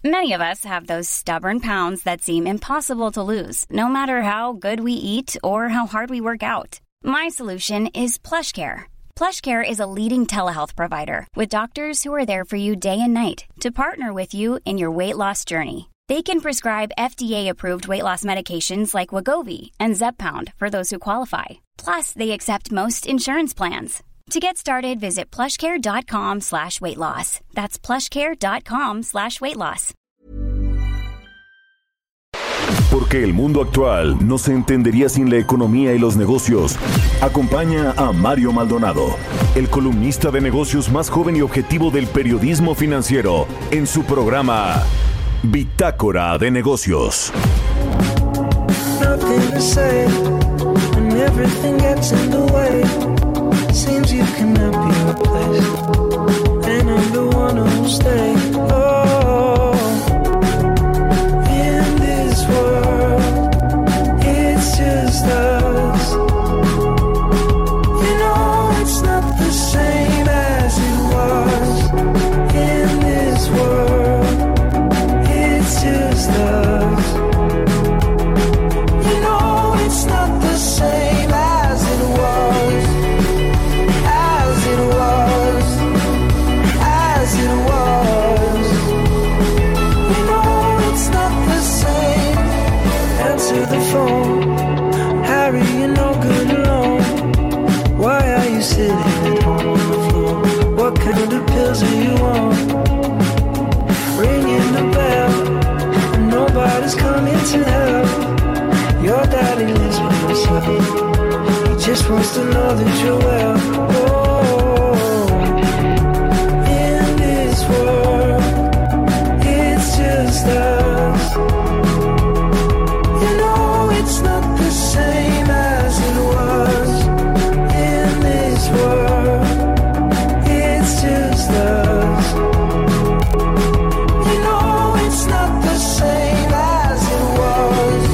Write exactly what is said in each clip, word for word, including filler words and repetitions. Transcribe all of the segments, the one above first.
Many of us have those stubborn pounds that seem impossible to lose, no matter how good we eat or how hard we work out. My solution is PlushCare. PlushCare is a leading telehealth provider with doctors who are there for you day and night to partner with you in your weight loss journey. They can prescribe F D A-approved weight loss medications like Wegovy and Zepbound for those who qualify. Plus, they accept most insurance plans. To get started, visit plushcare.com slash weight loss. That's plushcare.com slash weight loss. Porque el mundo actual no se entendería sin la economía y los negocios. Acompaña a Mario Maldonado, el columnista de negocios más joven y objetivo del periodismo financiero, en su programa Bitácora de Negocios. Nothing to say when everything gets in the way. Seems you cannot be replaced, and I'm the one who'll stay. Oh, in this world, it's just us. You know it's not the same as it was. In this world, it's just us. You know it's not the same as it was. To the phone, Harry, you're no good alone. Why are you sitting at home on the floor? What kind of pills are you on? Ringing the bell, and nobody's coming to help. Your daddy lives by himself. He just wants to know that you're well. Oh, in this world, it's just us. It's not the same as it was. In this world, it's just us. You know it's not the same as it was.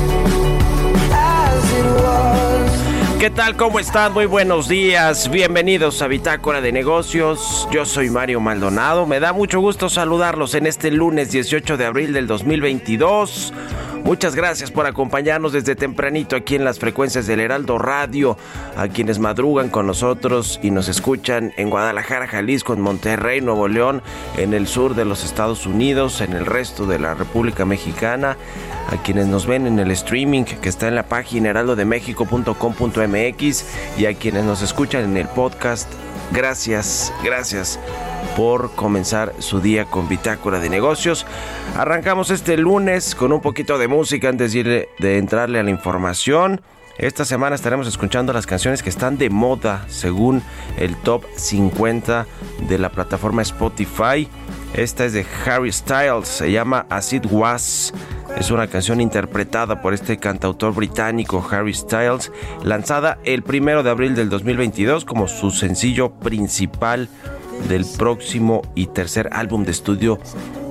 As it was. ¿Qué tal? ¿Cómo están? Muy buenos días. Bienvenidos a Bitácora de Negocios. Yo soy Mario Maldonado. Me da mucho gusto saludarlos en este lunes dieciocho de abril del dos mil veintidós. Muchas gracias por acompañarnos desde tempranito aquí en las frecuencias del Heraldo Radio, a quienes madrugan con nosotros y nos escuchan en Guadalajara, Jalisco, en Monterrey, Nuevo León, en el sur de los Estados Unidos, en el resto de la República Mexicana, a quienes nos ven en el streaming que está en la página heraldo de méxico punto com punto m x y a quienes nos escuchan en el podcast. Gracias, gracias por comenzar su día con Bitácora de Negocios. Arrancamos este lunes con un poquito de música antes de, ir, de entrarle a la información. Esta semana estaremos escuchando las canciones que están de moda según el top cincuenta de la plataforma Spotify. Esta es de Harry Styles, se llama As It Was. Es una canción interpretada por este cantautor británico Harry Styles, lanzada el primero de abril del dos mil veintidós como su sencillo principal del próximo y tercer álbum de estudio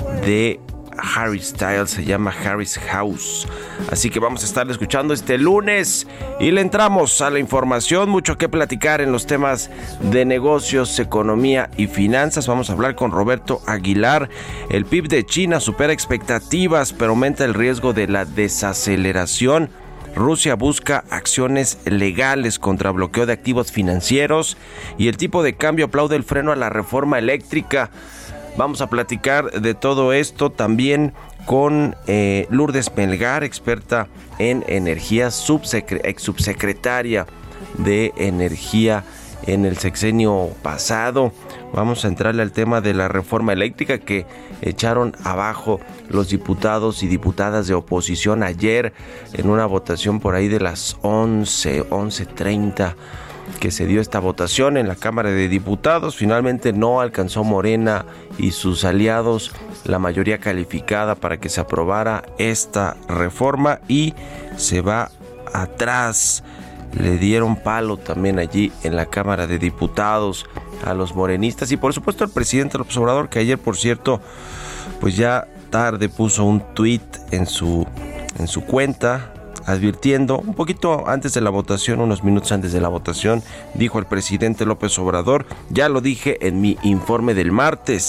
de Harry Styles. Se llama Harry's House. Así que vamos a estar escuchando este lunes y le entramos a la información. Mucho que platicar en los temas de negocios, economía y finanzas. Vamos a hablar con Roberto Aguilar. El P I B de China supera expectativas, pero aumenta el riesgo de la desaceleración. Rusia busca acciones legales contra bloqueo de activos financieros y el tipo de cambio aplaude el freno a la reforma eléctrica. Vamos a platicar de todo esto también con eh, Lourdes Melgar, experta en energía, subsecre- ex subsecretaria de Energía en el sexenio pasado. Vamos a entrarle al tema de la reforma eléctrica que echaron abajo los diputados y diputadas de oposición ayer en una votación por ahí de las once, once treinta que se dio esta votación en la Cámara de Diputados. Finalmente no alcanzó Morena y sus aliados la mayoría calificada para que se aprobara esta reforma y se va atrás. Le dieron palo también allí en la Cámara de Diputados a los morenistas y por supuesto al presidente López Obrador, que ayer, por cierto, pues ya tarde puso un tuit en su, en su cuenta advirtiendo, un poquito antes de la votación, unos minutos antes de la votación, dijo el presidente López Obrador: ya lo dije en mi informe del martes,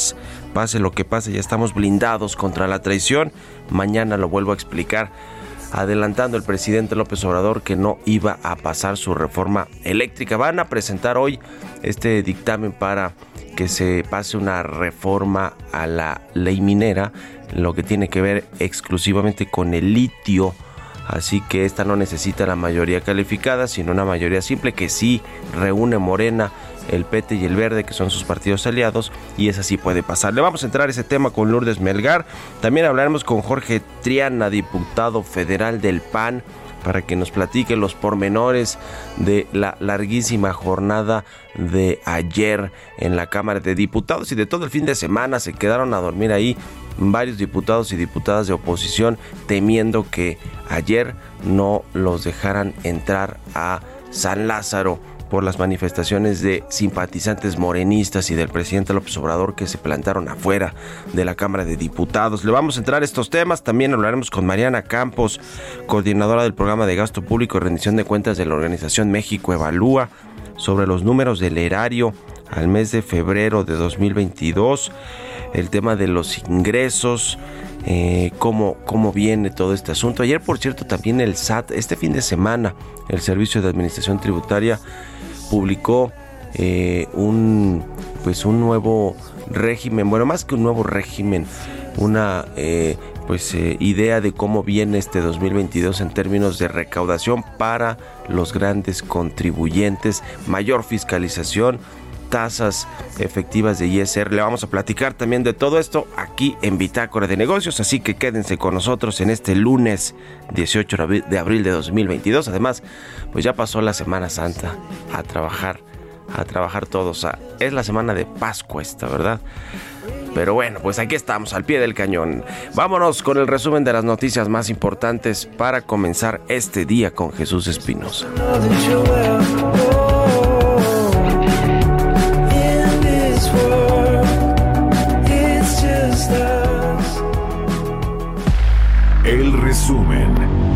pase lo que pase, ya estamos blindados contra la traición. Mañana lo vuelvo a explicar, adelantando el presidente López Obrador que no iba a pasar su reforma eléctrica. Van a presentar hoy este dictamen para que se pase una reforma a la ley minera, lo que tiene que ver exclusivamente con el litio. Así que esta no necesita la mayoría calificada, sino una mayoría simple que sí reúne Morena, el P T y el Verde, que son sus partidos aliados, y esa sí puede pasar. Le vamos a entrar a ese tema con Lourdes Melgar. También hablaremos con Jorge Triana, diputado federal del P A N, para que nos platique los pormenores de la larguísima jornada de ayer en la Cámara de Diputados y de todo el fin de semana. Se quedaron a dormir ahí varios diputados y diputadas de oposición, temiendo que ayer no los dejaran entrar a San Lázaro por las manifestaciones de simpatizantes morenistas y del presidente López Obrador que se plantaron afuera de la Cámara de Diputados. Le vamos a entrar a estos temas. También hablaremos con Mariana Campos, coordinadora del programa de gasto público y rendición de cuentas de la organización México Evalúa, sobre los números del erario al mes de febrero de dos mil veintidós, el tema de los ingresos, eh, cómo, cómo viene todo este asunto. Ayer, por cierto, también el S A T, este fin de semana, el Servicio de Administración Tributaria publicó eh, un, pues un nuevo régimen, bueno, más que un nuevo régimen, una eh, pues eh, idea de cómo viene este dos mil veintidós en términos de recaudación para los grandes contribuyentes, mayor fiscalización, tasas efectivas de I S R. Le vamos a platicar también de todo esto aquí en Bitácora de Negocios, así que quédense con nosotros en este lunes dieciocho de abril de dos mil veintidós. Además, pues ya pasó la Semana Santa, a trabajar, a trabajar todos. Es la semana de Pascua esta, ¿verdad? Pero bueno, pues aquí estamos, al pie del cañón. Vámonos con el resumen de las noticias más importantes para comenzar este día con Jesús Espinosa. El resumen.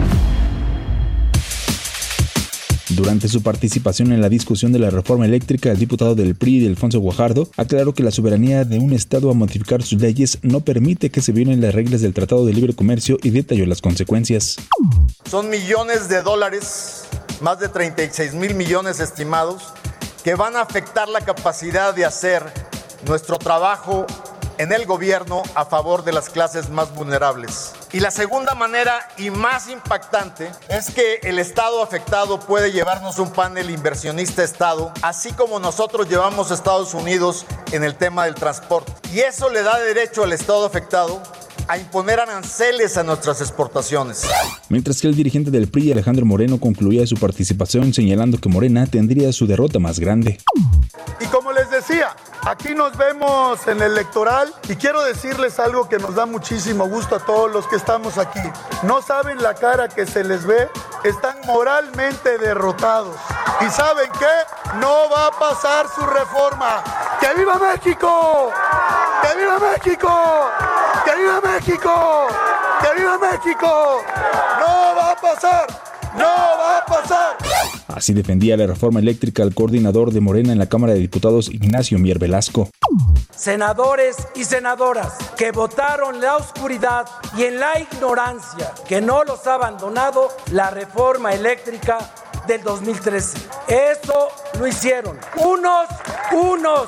Durante su participación en la discusión de la reforma eléctrica, el diputado del P R I, Alfonso Guajardo, aclaró que la soberanía de un Estado a modificar sus leyes no permite que se violen las reglas del Tratado de Libre Comercio y detalló las consecuencias. Son millones de dólares, más de treinta y seis mil millones estimados, que van a afectar la capacidad de hacer nuestro trabajo en el gobierno a favor de las clases más vulnerables. Y la segunda manera y más impactante es que el Estado afectado puede llevarnos un panel inversionista Estado, así como nosotros llevamos a Estados Unidos en el tema del transporte. Y eso le da derecho al Estado afectado a imponer aranceles a nuestras exportaciones. Mientras que el dirigente del P R I, Alejandro Moreno, concluía su participación señalando que Morena tendría su derrota más grande. Y como les decía, aquí nos vemos en el electoral y quiero decirles algo que nos da muchísimo gusto a todos los que estamos aquí. No saben la cara que se les ve, están moralmente derrotados. ¿Y saben qué? No va a pasar su reforma. ¡Que viva México! ¡Que viva México! ¡Que viva México! ¡Que viva México! ¡No va a pasar! ¡No va a pasar! Así defendía la reforma eléctrica el coordinador de Morena en la Cámara de Diputados, Ignacio Mier Velasco. Senadores y senadoras que votaron en la oscuridad y en la ignorancia, que no los ha abandonado la reforma eléctrica del dos mil trece. Eso lo hicieron. Unos, unos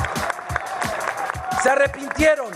se arrepintieron.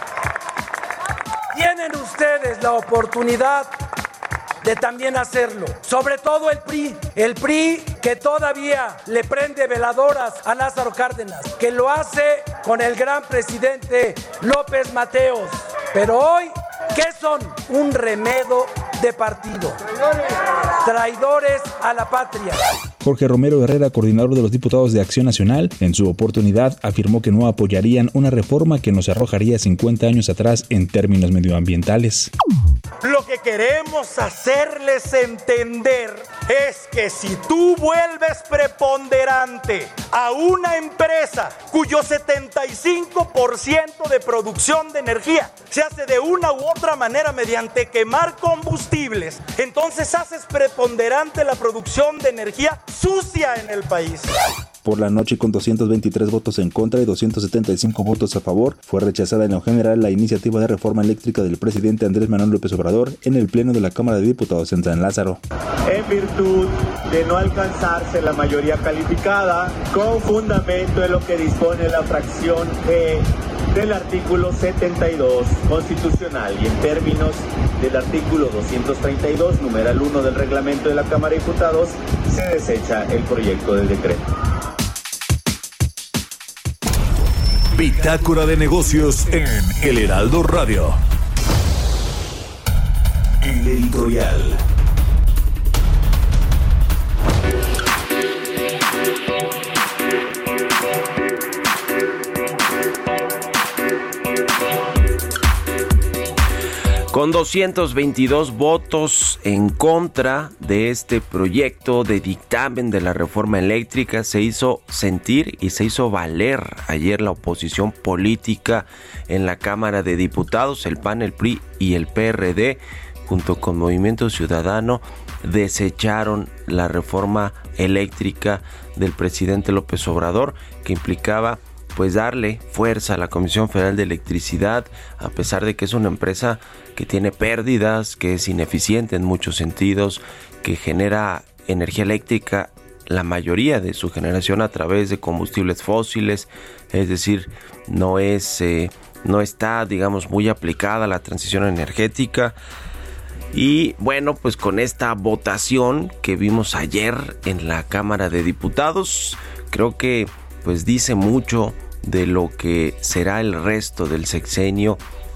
Tienen ustedes la oportunidad de también hacerlo, sobre todo el P R I, el P R I que todavía le prende veladoras a Lázaro Cárdenas, que lo hace con el gran presidente López Mateos, pero hoy, ¿qué son? Un remedo de partido, traidores a la patria. Jorge Romero Herrera, coordinador de los diputados de Acción Nacional, en su oportunidad afirmó que no apoyarían una reforma que nos arrojaría cincuenta años atrás en términos medioambientales. Lo que queremos hacerles entender es que si tú vuelves preponderante a una empresa cuyo setenta y cinco por ciento de producción de energía se hace de una u otra manera mediante quemar combustibles, entonces haces preponderante la producción de energía sucia en el país. Por la noche, con doscientos veintitrés votos en contra y doscientos setenta y cinco votos a favor, fue rechazada en lo general la iniciativa de reforma eléctrica del presidente Andrés Manuel López Obrador en el Pleno de la Cámara de Diputados en San Lázaro. En virtud de no alcanzarse la mayoría calificada, con fundamento en lo que dispone la fracción G del artículo setenta y dos constitucional y en términos del artículo doscientos treinta y dos, numeral uno del reglamento de la Cámara de Diputados, se desecha el proyecto de decreto. Bitácora de negocios en El Heraldo Radio. El editorial. Con doscientos veintidós votos en contra de este proyecto de dictamen de la reforma eléctrica, se hizo sentir y se hizo valer ayer la oposición política en la Cámara de Diputados. El P A N, el P R I y el P R D, junto con Movimiento Ciudadano, desecharon la reforma eléctrica del presidente López Obrador, que implicaba pues darle fuerza a la Comisión Federal de Electricidad, a pesar de que es una empresa que tiene pérdidas, que es ineficiente en muchos sentidos, que genera energía eléctrica, la mayoría de su generación a través de combustibles fósiles, es decir, no es, eh, no está, digamos, muy aplicada a la transición energética. Y bueno, pues con esta votación que vimos ayer en la Cámara de Diputados, creo que pues dice mucho de lo que será el resto del sexenio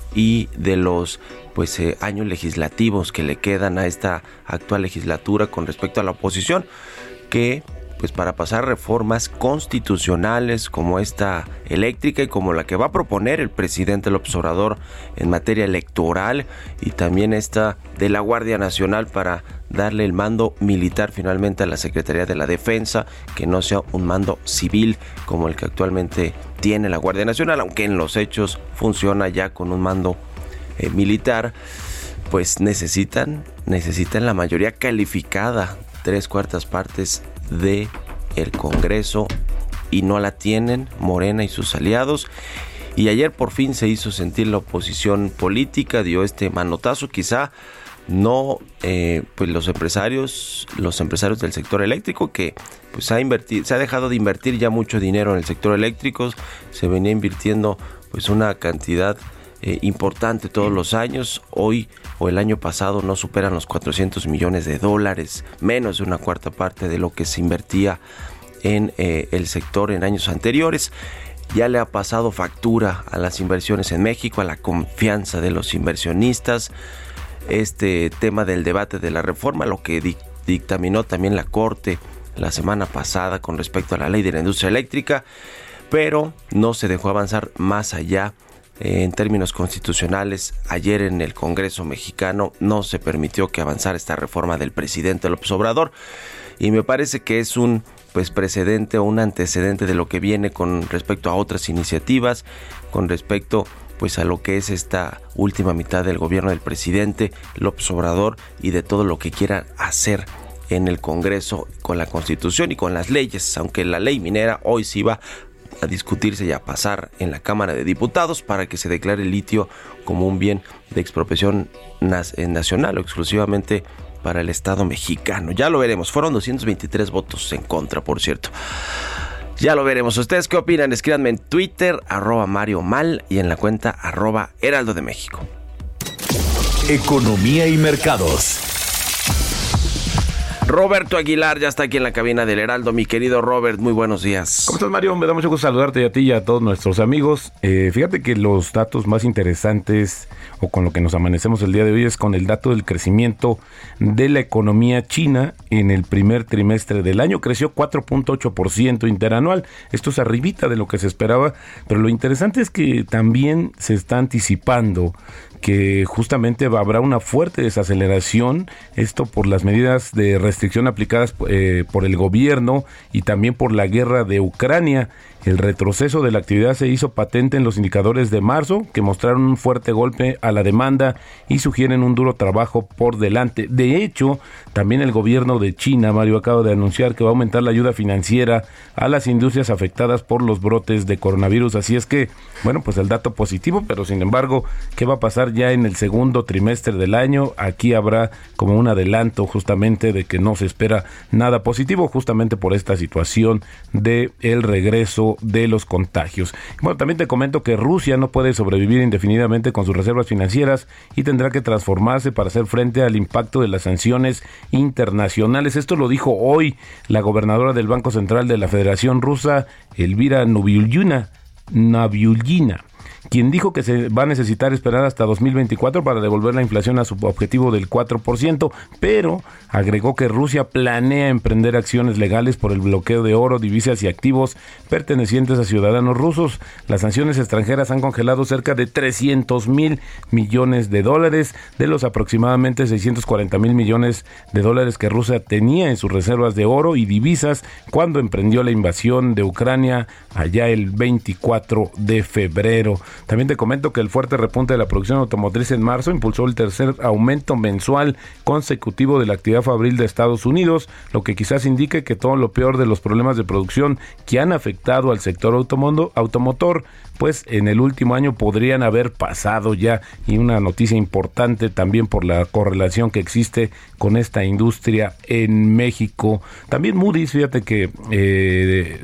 y de los pues eh, años legislativos que le quedan a esta actual legislatura con respecto a la oposición, que pues para pasar reformas constitucionales como esta eléctrica y como la que va a proponer el presidente López Obrador en materia electoral, y también esta de la Guardia Nacional para darle el mando militar finalmente a la Secretaría de la Defensa, que no sea un mando civil como el que actualmente tiene la Guardia Nacional, aunque en los hechos funciona ya con un mando eh, militar. Pues necesitan, necesitan la mayoría calificada, tres cuartas partes de el Congreso, y no la tienen Morena y sus aliados. Y ayer por fin se hizo sentir la oposición política, dio este manotazo. Quizá no eh, pues los empresarios, los empresarios del sector eléctrico, que pues ha invertido, se ha dejado de invertir ya mucho dinero en el sector eléctrico. Se venía invirtiendo pues una cantidad Eh, importante todos los años. Hoy o el año pasado no superan los cuatrocientos millones de dólares, menos de una cuarta parte de lo que se invertía en eh, el sector en años anteriores. Ya le ha pasado factura a las inversiones en México, a la confianza de los inversionistas. Este tema del debate de la reforma, lo que dic- dictaminó también la Corte la semana pasada con respecto a la ley de la industria eléctrica, pero no se dejó avanzar más allá. En términos constitucionales, ayer en el Congreso mexicano no se permitió que avanzara esta reforma del presidente López Obrador, y me parece que es un pues precedente o un antecedente de lo que viene con respecto a otras iniciativas, con respecto pues a lo que es esta última mitad del gobierno del presidente López Obrador y de todo lo que quiera hacer en el Congreso con la Constitución y con las leyes, aunque la ley minera hoy sí va a discutirse y a pasar en la Cámara de Diputados para que se declare el litio como un bien de expropiación nacional o exclusivamente para el Estado mexicano. Ya lo veremos. Fueron doscientos veintitrés votos en contra, por cierto. Ya lo veremos. ¿Ustedes qué opinan? Escríbanme en Twitter, arroba Mario Mal, y en la cuenta arroba Heraldo de México. Economía y mercados. Roberto Aguilar ya está aquí en la cabina del Heraldo. Mi querido Robert, muy buenos días. ¿Cómo estás, Mario? Me da mucho gusto saludarte a ti y a todos nuestros amigos. Eh, fíjate que los datos más interesantes, o con lo que nos amanecemos el día de hoy, es con el dato del crecimiento de la economía china en el primer trimestre del año. Creció cuatro punto ocho por ciento interanual. Esto es arribita de lo que se esperaba, pero lo interesante es que también se está anticipando que justamente habrá una fuerte desaceleración, esto por las medidas de restricción aplicadas eh, por el gobierno y también por la guerra de Ucrania. El retroceso de la actividad se hizo patente en los indicadores de marzo, que mostraron un fuerte golpe a la demanda y sugieren un duro trabajo por delante. De hecho, también el gobierno de China, Mario, acaba de anunciar que va a aumentar la ayuda financiera a las industrias afectadas por los brotes de coronavirus. Así es que, bueno, pues el dato positivo, pero sin embargo, ¿qué va a pasar ya en el segundo trimestre del año? Aquí habrá como un adelanto justamente de que no se espera nada positivo, justamente por esta situación de el regreso de los contagios. Bueno, también te comento que Rusia no puede sobrevivir indefinidamente con sus reservas financieras y tendrá que transformarse para hacer frente al impacto de las sanciones internacionales. Esto lo dijo hoy la gobernadora del Banco Central de la Federación Rusa, Elvira Nabiulyina, Nabiulyina, quien dijo que se va a necesitar esperar hasta dos mil veinticuatro para devolver la inflación a su objetivo del cuatro por ciento, pero agregó que Rusia planea emprender acciones legales por el bloqueo de oro, divisas y activos pertenecientes a ciudadanos rusos. Las sanciones extranjeras han congelado cerca de trescientos mil millones de dólares de los aproximadamente seiscientos cuarenta mil millones de dólares que Rusia tenía en sus reservas de oro y divisas cuando emprendió la invasión de Ucrania allá el veinticuatro de febrero. También te comento que el fuerte repunte de la producción automotriz en marzo impulsó el tercer aumento mensual consecutivo de la actividad fabril de Estados Unidos, lo que quizás indique que todo lo peor de los problemas de producción que han afectado al sector automondo, automotor, pues en el último año podrían haber pasado ya. Y una noticia importante también por la correlación que existe con esta industria en México. También Moody's, fíjate que eh,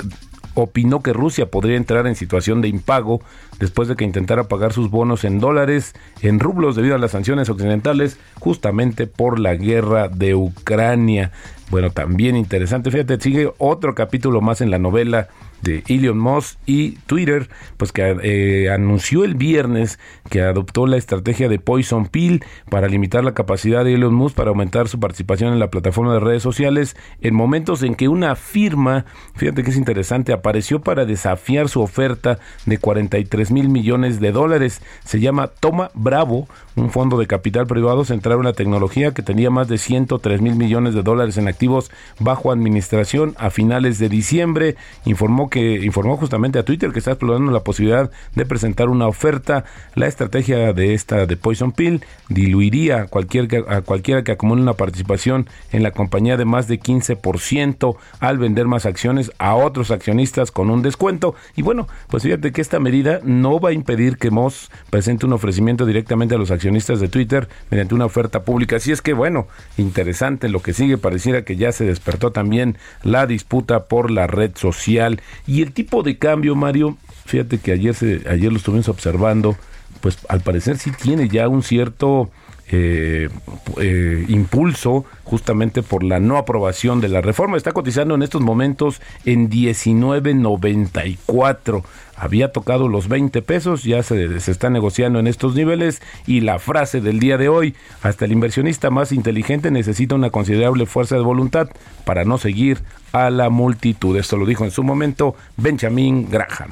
opinó que Rusia podría entrar en situación de impago después de que intentara pagar sus bonos en dólares, en rublos, debido a las sanciones occidentales, justamente por la guerra de Ucrania. Bueno, también interesante, fíjate, sigue otro capítulo más en la novela de Elon Musk y Twitter, pues que eh, anunció el viernes que adoptó la estrategia de Poison Pill para limitar la capacidad de Elon Musk para aumentar su participación en la plataforma de redes sociales en momentos en que una firma, fíjate que es interesante, apareció para desafiar su oferta de cuarenta y tres mil millones de dólares. Se llama Thoma Bravo, un fondo de capital privado centrado en la tecnología que tenía más de ciento tres mil millones de dólares en activos bajo administración a finales de diciembre. Informó que informó justamente a Twitter que está explorando la posibilidad de presentar una oferta. La estrategia de esta de Poison Pill diluiría a, cualquier, a cualquiera que acumule una participación en la compañía de más de quince por ciento al vender más acciones a otros accionistas con un descuento. Y bueno, pues fíjate que esta medida no va a impedir que Musk presente un ofrecimiento directamente a los accionistas de Twitter mediante una oferta pública. Así es que bueno, interesante lo que sigue. Pareciera que ya se despertó también la disputa por la red social. Y el tipo de cambio, Mario, fíjate que ayer se, ayer lo estuvimos observando, pues al parecer sí tiene ya un cierto eh, eh, impulso justamente por la no aprobación de la reforma. Está cotizando en estos momentos en diecinueve noventa y cuatro. Había tocado los veinte pesos, ya se, se está negociando en estos niveles. Y la frase del día de hoy: hasta el inversionista más inteligente necesita una considerable fuerza de voluntad para no seguir a la multitud. Esto lo dijo en su momento Benjamin Graham.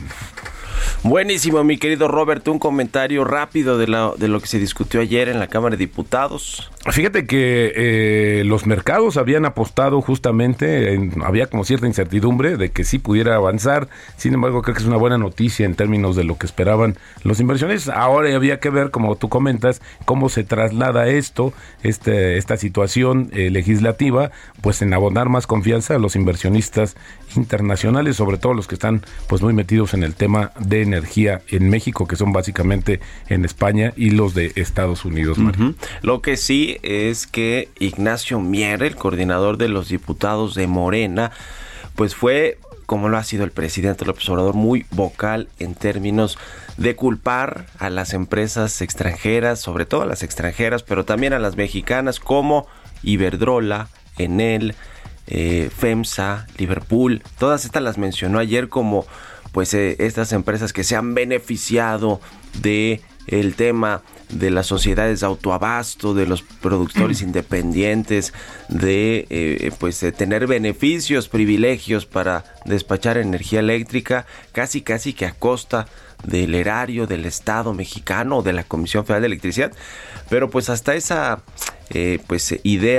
Buenísimo, mi querido Robert, un comentario rápido de, la, de lo que se discutió ayer en la Cámara de Diputados. Fíjate que eh, los mercados habían apostado justamente, en, había como cierta incertidumbre de que sí pudiera avanzar. Sin embargo, creo que es una buena noticia en términos de lo que esperaban los inversionistas. Ahora había que ver, como tú comentas, cómo se traslada esto, este, esta situación eh, legislativa, pues en abonar más confianza a los inversionistas internacionales, sobre todo los que están pues muy metidos en el tema de energía en México, que son básicamente en España, y los de Estados Unidos. Uh-huh. Lo que sí es que Ignacio Mier, el coordinador de los diputados de Morena, pues fue, como lo ha sido el presidente López Obrador, muy vocal en términos de culpar a las empresas extranjeras, sobre todo a las extranjeras, pero también a las mexicanas, como Iberdrola, Enel, eh, FEMSA, Liverpool. Todas estas las mencionó ayer como pues eh, estas empresas que se han beneficiado de el tema de las sociedades de autoabasto, de los productores independientes, de eh, pues de tener beneficios, privilegios para despachar energía eléctrica, casi casi que a costa del erario del Estado mexicano o de la Comisión Federal de Electricidad. Pero pues hasta esa eh, pues idea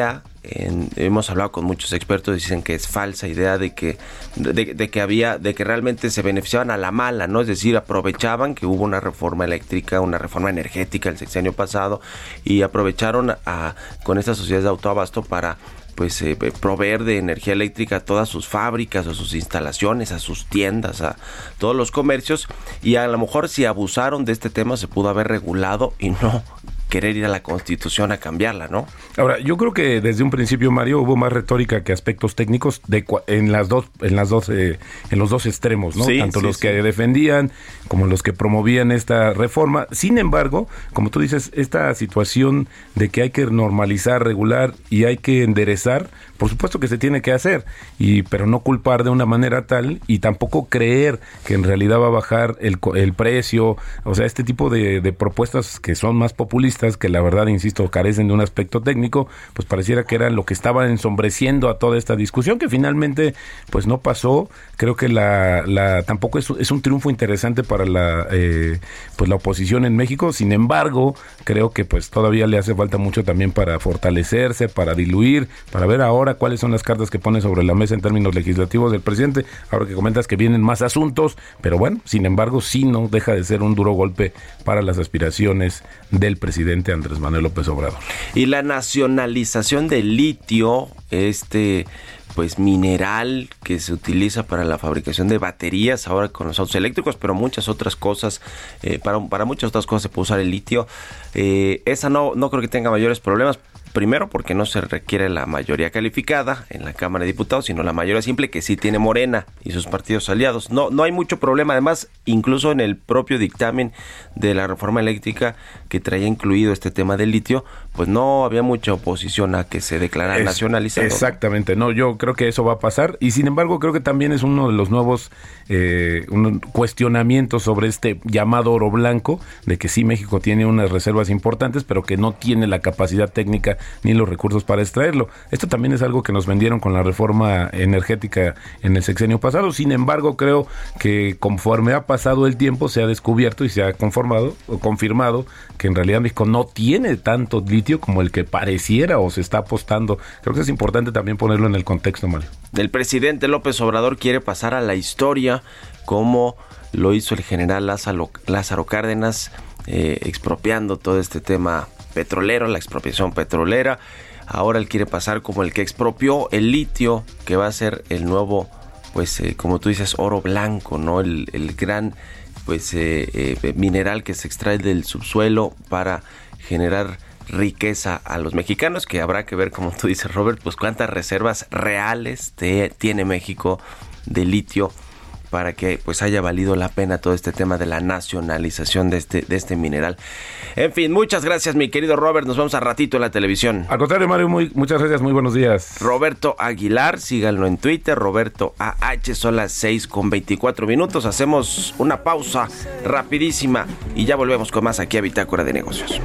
en, hemos hablado con muchos expertos, dicen que es falsa idea de que de, de que había de que realmente se beneficiaban a la mala, ¿no? Es decir, aprovechaban que hubo una reforma eléctrica, una reforma energética el sexenio pasado y aprovecharon a con estas sociedades de autoabasto para pues eh, proveer de energía eléctrica a todas sus fábricas, a sus instalaciones, a sus tiendas, a todos los comercios, y a lo mejor si abusaron de este tema se pudo haber regulado y no querer ir a la Constitución a cambiarla, ¿no? Ahora, yo creo que desde un principio, Mario, hubo más retórica que aspectos técnicos de en las dos, en las dos, eh, en los dos extremos, ¿no? Sí, Tanto sí, los sí. que defendían como los que promovían esta reforma. Sin embargo, como tú dices, esta situación de que hay que normalizar, regular y hay que enderezar, por supuesto que se tiene que hacer, y pero no culpar de una manera tal y tampoco creer que en realidad va a bajar el, el precio, o sea, este tipo de, de propuestas que son más populistas, que la verdad, insisto, carecen de un aspecto técnico, pues pareciera que eran lo que estaban ensombreciendo a toda esta discusión, que finalmente pues no pasó. Creo que la, la tampoco es, es un triunfo interesante para la eh, pues la oposición en México. Sin embargo, creo que pues todavía le hace falta mucho también para fortalecerse, para diluir, para ver ahora cuáles son las cartas que pone sobre la mesa en términos legislativos del presidente. Ahora que comentas que vienen más asuntos, pero bueno, sin embargo, sí no deja de ser un duro golpe para las aspiraciones del presidente Andrés Manuel López Obrador. Y la nacionalización del litio, este pues mineral que se utiliza para la fabricación de baterías ahora con los autos eléctricos, pero muchas otras cosas, eh, para, para muchas otras cosas se puede usar el litio. Eh, esa no, no creo que tenga mayores problemas. Primero, porque no se requiere la mayoría calificada en la Cámara de Diputados, sino la mayoría simple que sí tiene Morena y sus partidos aliados. No, no hay mucho problema. Además, incluso en el propio dictamen de la reforma eléctrica que traía incluido este tema del litio, pues no había mucha oposición a que se declarara es, nacionalizado. Exactamente, no, yo creo que eso va a pasar. Y sin embargo, creo que también es uno de los nuevos eh, un cuestionamientos sobre este llamado oro blanco, de que sí México tiene unas reservas importantes, pero que no tiene la capacidad técnica ni los recursos para extraerlo. Esto también es algo que nos vendieron con la reforma energética en el sexenio pasado. Sin embargo, creo que conforme ha pasado el tiempo se ha descubierto y se ha conformado o confirmado que en realidad México no tiene tanto litio como el que pareciera o se está apostando. Creo que es importante también ponerlo en el contexto, Mario. El presidente López Obrador quiere pasar a la historia como lo hizo el general Lázaro, Lázaro Cárdenas, eh, expropiando todo este tema petrolero, la expropiación petrolera. Ahora él quiere pasar como el que expropió el litio, que va a ser el nuevo, pues eh, como tú dices, oro blanco, ¿no? El, el gran pues eh, eh, mineral que se extrae del subsuelo para generar riqueza a los mexicanos, que habrá que ver, como tú dices, Robert, pues cuántas reservas reales te, tiene México de litio para que pues haya valido la pena todo este tema de la nacionalización de este de este mineral. En fin, muchas gracias, mi querido Robert. Nos vemos a ratito en la televisión. Al contrario, Mario, muy, muchas gracias, muy buenos días. Roberto Aguilar, síganlo en Twitter, Roberto A H, son las seis con veinticuatro minutos. Hacemos una pausa rapidísima y ya volvemos con más aquí a Bitácora de Negocios.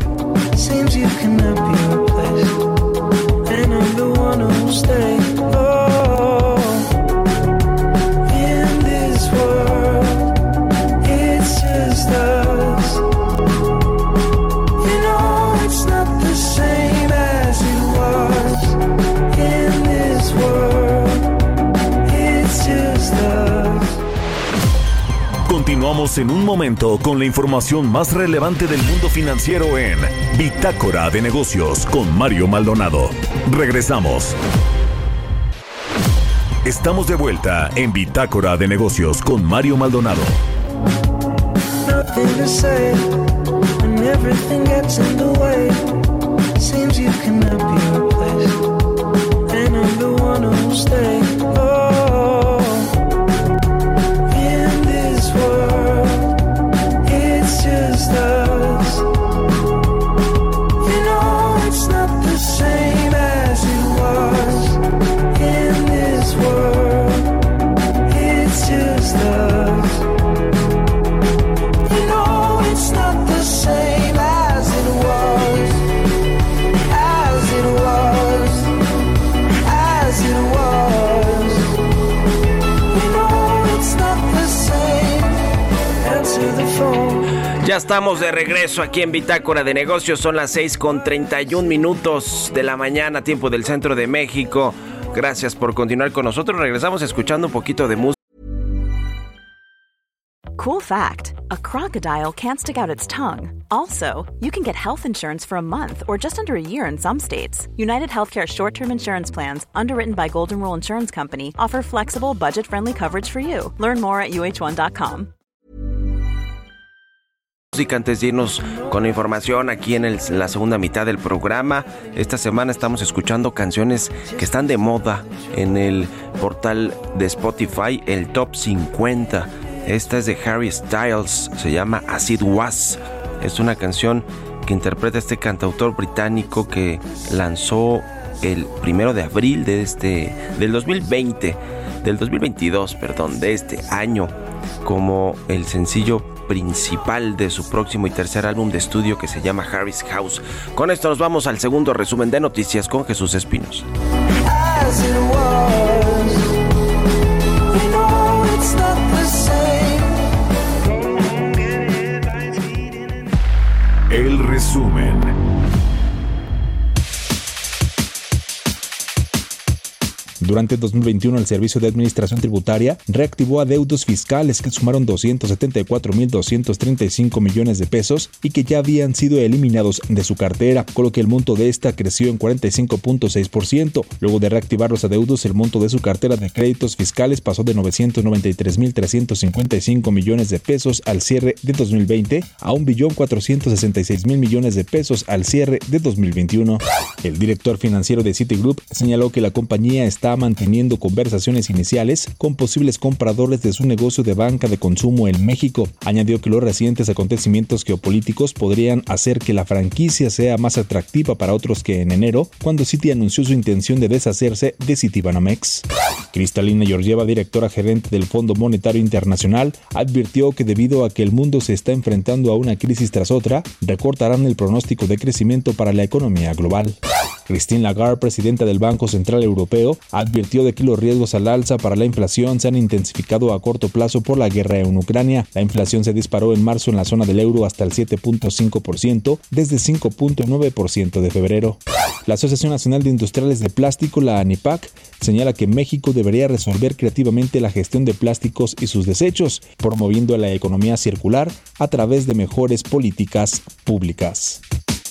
Continuamos en un momento con la información más relevante del mundo financiero en Bitácora de Negocios con Mario Maldonado. Regresamos. Estamos de vuelta en Bitácora de Negocios con Mario Maldonado. estamos de regreso aquí en Bitácora de Negocios. Son las seis con treinta y un minutos de la mañana, tiempo del centro de México. Gracias por continuar con nosotros. Regresamos escuchando un poquito de música. Cool fact, a crocodile can't stick out its tongue. Also, you can get health insurance for a month or just under a year in some states. United Healthcare short-term insurance plans, underwritten by Golden Rule Insurance Company, offer flexible, budget-friendly coverage for you. Learn more at U H one dot com. Antes de irnos con la información aquí en el, la segunda mitad del programa, esta semana estamos escuchando canciones que están de moda en el portal de Spotify, el Top cincuenta. Esta es de Harry Styles, se llama As It Was. Es una canción que interpreta este cantautor británico que lanzó el primero de abril de este, del dos mil veinte, del dos mil veintidós, perdón, de este año, como el sencillo principal de su próximo y tercer álbum de estudio que se llama Harry's House. Con esto nos vamos al segundo resumen de noticias con Jesús Espinos. El resumen. Durante dos mil veintiuno, el Servicio de Administración Tributaria reactivó adeudos fiscales que sumaron doscientos setenta y cuatro mil doscientos treinta y cinco millones de pesos y que ya habían sido eliminados de su cartera, con lo que el monto de esta creció en cuarenta y cinco punto seis por ciento. Luego de reactivar los adeudos, el monto de su cartera de créditos fiscales pasó de novecientos noventa y tres mil trescientos cincuenta y cinco millones de pesos al cierre de dos mil veinte a un billón cuatrocientos sesenta y seis mil millones de pesos al cierre de dos mil veintiuno. El director financiero de Citigroup señaló que la compañía está manteniendo conversaciones iniciales con posibles compradores de su negocio de banca de consumo en México. Añadió que los recientes acontecimientos geopolíticos podrían hacer que la franquicia sea más atractiva para otros que en enero, cuando Citi anunció su intención de deshacerse de Citibanamex. Kristalina Georgieva, directora gerente del Fondo Monetario Internacional, advirtió que debido a que el mundo se está enfrentando a una crisis tras otra, recortarán el pronóstico de crecimiento para la economía global. Christine Lagarde, presidenta del Banco Central Europeo, advirtió de que los riesgos al alza para la inflación se han intensificado a corto plazo por la guerra en Ucrania. La inflación se disparó en marzo en la zona del euro hasta el siete punto cinco por ciento, desde cinco punto nueve por ciento de febrero. La Asociación Nacional de Industriales de Plástico, la ANIPAC, señala que México debería resolver creativamente la gestión de plásticos y sus desechos, promoviendo la economía circular a través de mejores políticas públicas.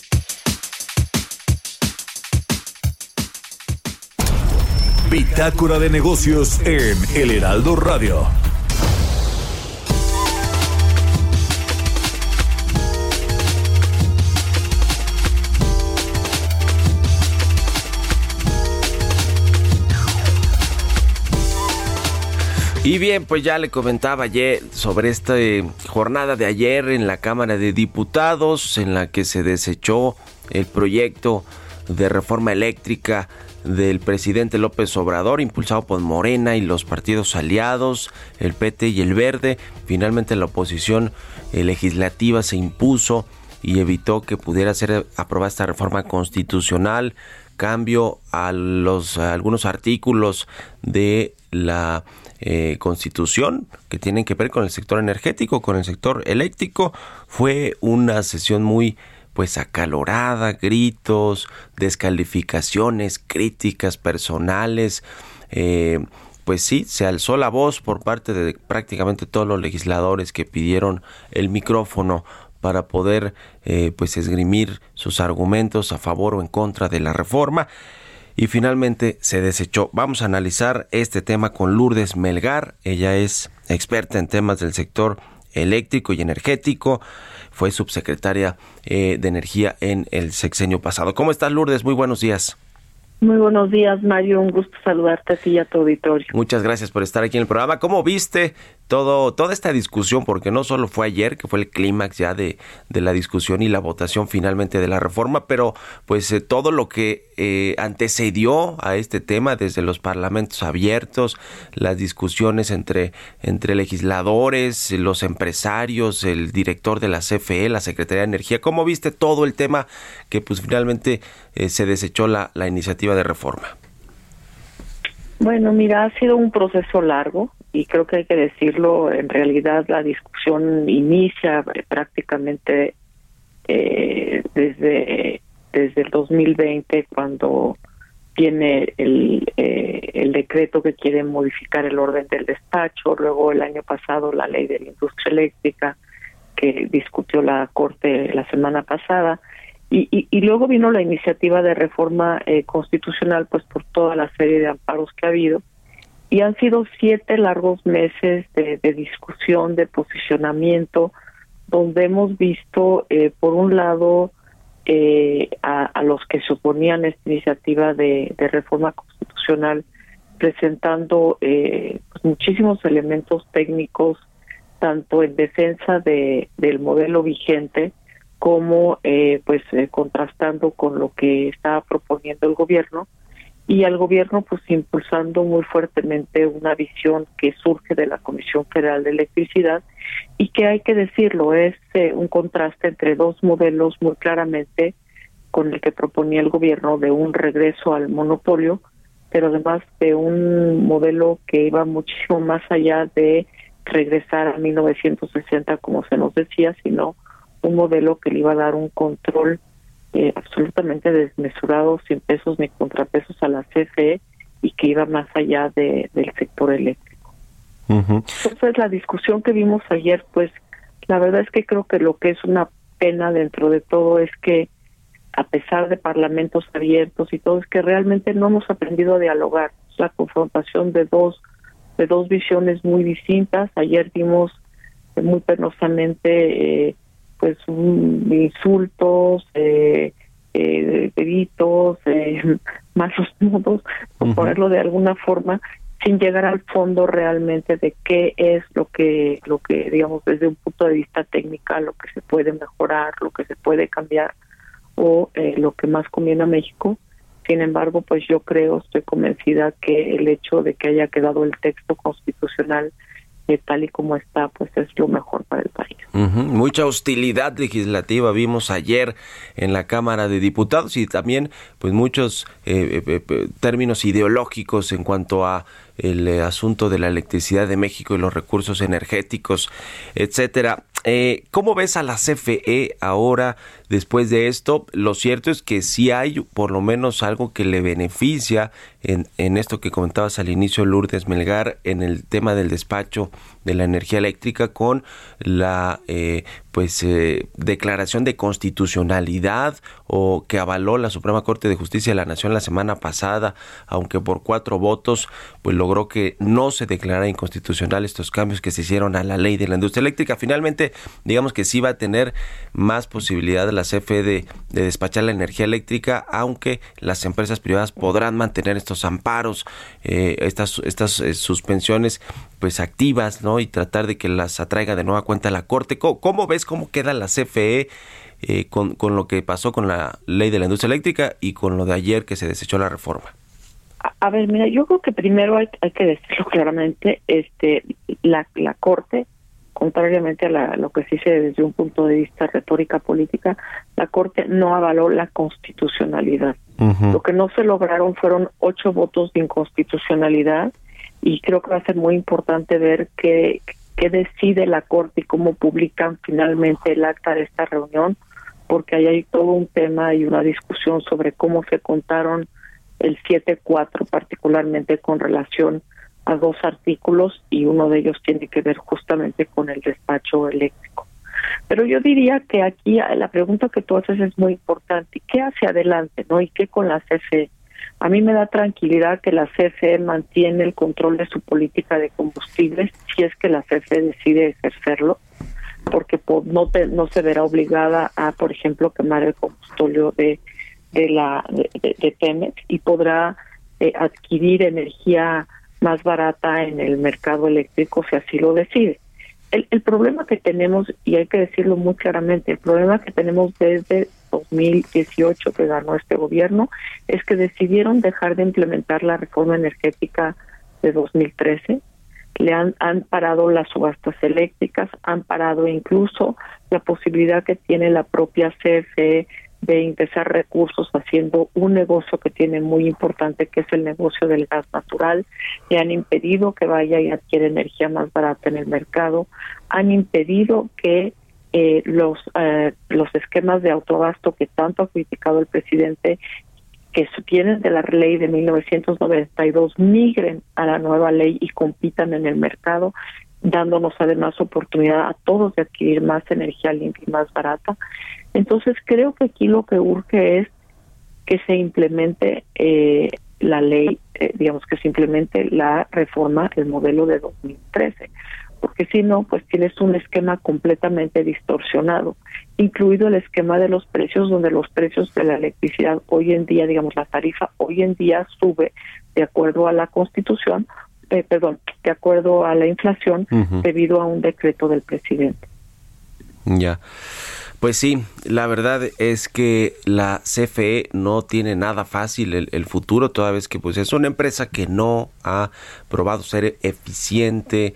Bitácora de Negocios en El Heraldo Radio. Y bien, pues ya le comentaba ayer sobre esta jornada de ayer en la Cámara de Diputados, en la que se desechó el proyecto de reforma eléctrica del presidente López Obrador, impulsado por Morena y los partidos aliados, el P T y el Verde. Finalmente la oposición eh, legislativa se impuso y evitó que pudiera ser aprobada esta reforma constitucional, cambio a los a algunos artículos de la eh, Constitución que tienen que ver con el sector energético, con el sector eléctrico. Fue una sesión muy pues acalorada, gritos, descalificaciones, críticas personales. Eh, pues sí, se alzó la voz por parte de prácticamente todos los legisladores que pidieron el micrófono para poder eh, pues esgrimir sus argumentos a favor o en contra de la reforma. Y finalmente se desechó. Vamos a analizar este tema con Lourdes Melgar. Ella es experta en temas del sector eléctrico y energético. Fue subsecretaria eh, de Energía en el sexenio pasado. ¿Cómo estás, Lourdes? Muy buenos días. Muy buenos días, Mario. Un gusto saludarte a ti y a tu auditorio. Muchas gracias por estar aquí en el programa. ¿Cómo viste todo toda esta discusión? Porque no solo fue ayer, que fue el clímax ya de, de la discusión y la votación finalmente de la reforma, pero pues eh, todo lo que eh, antecedió a este tema, desde los parlamentos abiertos, las discusiones entre, entre legisladores, los empresarios, el director de la C F E, la Secretaría de Energía. ¿Cómo viste todo el tema que pues finalmente eh, se desechó la, la iniciativa de reforma? Bueno, mira, ha sido un proceso largo. y creo que hay que decirlo, en realidad la discusión inicia prácticamente eh, desde, desde el dos mil veinte, cuando tiene el, eh, el decreto que quiere modificar el orden del despacho, luego el año pasado la ley de la industria eléctrica que discutió la Corte la semana pasada, y, y, y luego vino la iniciativa de reforma eh, constitucional, pues por toda la serie de amparos que ha habido, y han sido siete largos meses de, de discusión, de posicionamiento, donde hemos visto, eh, por un lado, Eh, a, a los que se oponían a esta iniciativa de, de reforma constitucional, presentando eh, pues muchísimos elementos técnicos, tanto en defensa de del modelo vigente como eh, pues eh, contrastando con lo que estaba proponiendo el gobierno, y al gobierno pues impulsando muy fuertemente una visión que surge de la Comisión Federal de Electricidad, y que hay que decirlo, es eh, un contraste entre dos modelos muy claramente con el que proponía el gobierno de un regreso al monopolio, pero además de un modelo que iba muchísimo más allá de regresar a mil novecientos sesenta, como se nos decía, sino un modelo que le iba a dar un control eh, absolutamente desmesurado, sin pesos ni contrapesos a la C F E, y que iba más allá de, del sector eléctrico. Uh-huh. Entonces, la discusión que vimos ayer, pues la verdad es que creo que lo que es una pena dentro de todo es que, a pesar de parlamentos abiertos y todo, es que realmente no hemos aprendido a dialogar. Es la confrontación de dos de dos visiones muy distintas. Ayer vimos eh, muy penosamente eh, pues un, insultos, eh, eh, gritos, eh, malos modos, por uh-huh. ponerlo de alguna forma, sin llegar al fondo realmente de qué es lo que, lo que digamos, desde un punto de vista técnico, lo que se puede mejorar, lo que se puede cambiar, o eh, lo que más conviene a México. Sin embargo, pues yo creo, estoy convencida que el hecho de que haya quedado el texto constitucional eh, tal y como está, pues es lo mejor para el país. Uh-huh. Mucha hostilidad legislativa vimos ayer en la Cámara de Diputados, y también pues muchos eh, eh, términos ideológicos en cuanto a el eh, asunto de la electricidad de México y los recursos energéticos, etcétera. Eh, ¿Cómo ves a la C F E ahora después de esto? Lo cierto es que sí hay por lo menos algo que le beneficia en, en esto que comentabas al inicio, Lourdes Melgar, en el tema del despacho de la energía eléctrica, con la eh, pues eh, declaración de constitucionalidad, o que avaló la Suprema Corte de Justicia de la Nación la semana pasada, aunque por cuatro votos pues logró que no se declarara inconstitucional estos cambios que se hicieron a la ley de la industria eléctrica. Finalmente, digamos que sí va a tener más posibilidad la C F E de, de despachar la energía eléctrica, aunque las empresas privadas podrán mantener estos amparos, eh, estas estas eh, suspensiones pues activas, ¿no? Y tratar de que las atraiga de nueva cuenta a la Corte. ¿Cómo, cómo ves cómo queda la C F E eh, con, con lo que pasó con la ley de la industria eléctrica y con lo de ayer que se desechó la reforma? A, a ver, mira, yo creo que primero hay, hay que decirlo claramente, este, la, la Corte, contrariamente a la, lo que se dice desde un punto de vista retórica política, la Corte no avaló la constitucionalidad. Uh-huh. Lo que no se lograron fueron ocho votos de inconstitucionalidad, y creo que va a ser muy importante ver qué, qué decide la Corte y cómo publican finalmente el acta de esta reunión, porque ahí hay todo un tema y una discusión sobre cómo se contaron el siete cuatro, particularmente con relación a dos artículos, y uno de ellos tiene que ver justamente con el despacho eléctrico. Pero yo diría que aquí la pregunta que tú haces es muy importante. ¿Qué hacia adelante, no? ¿Y qué con la C F E? A mí me da tranquilidad que la C F E mantiene el control de su política de combustibles, si es que la C F E decide ejercerlo, porque no, te, no se verá obligada a, por ejemplo, quemar el combustible de de la de, de, de Pemex, y podrá eh, adquirir energía más barata en el mercado eléctrico si así lo decide. El, el problema que tenemos, y hay que decirlo muy claramente, el problema que tenemos desde dos mil dieciocho que ganó este gobierno es que decidieron dejar de implementar la reforma energética de dos mil trece. Le han, han parado las subastas eléctricas, han parado incluso la posibilidad que tiene la propia C F E de ingresar recursos haciendo un negocio que tiene muy importante, que es el negocio del gas natural. Le han impedido que vaya y adquiera energía más barata en el mercado, han impedido que eh, los eh, los esquemas de autoabasto que tanto ha criticado el presidente, que vienen de la ley de mil novecientos noventa y dos, migren a la nueva ley y compitan en el mercado, dándonos además oportunidad a todos de adquirir más energía limpia y más barata. Entonces creo que aquí lo que urge es que se implemente eh, la ley, eh, digamos que se implemente la reforma del modelo de dos mil trece, porque si no, pues tienes un esquema completamente distorsionado, incluido el esquema de los precios, donde los precios de la electricidad hoy en día, digamos la tarifa hoy en día sube de acuerdo a la Constitución, eh, perdón, de acuerdo a la inflación, uh-huh, debido a un decreto del presidente. Ya. Pues sí, la verdad es que la C F E no tiene nada fácil el, el futuro, toda vez que pues es una empresa que no ha probado ser eficiente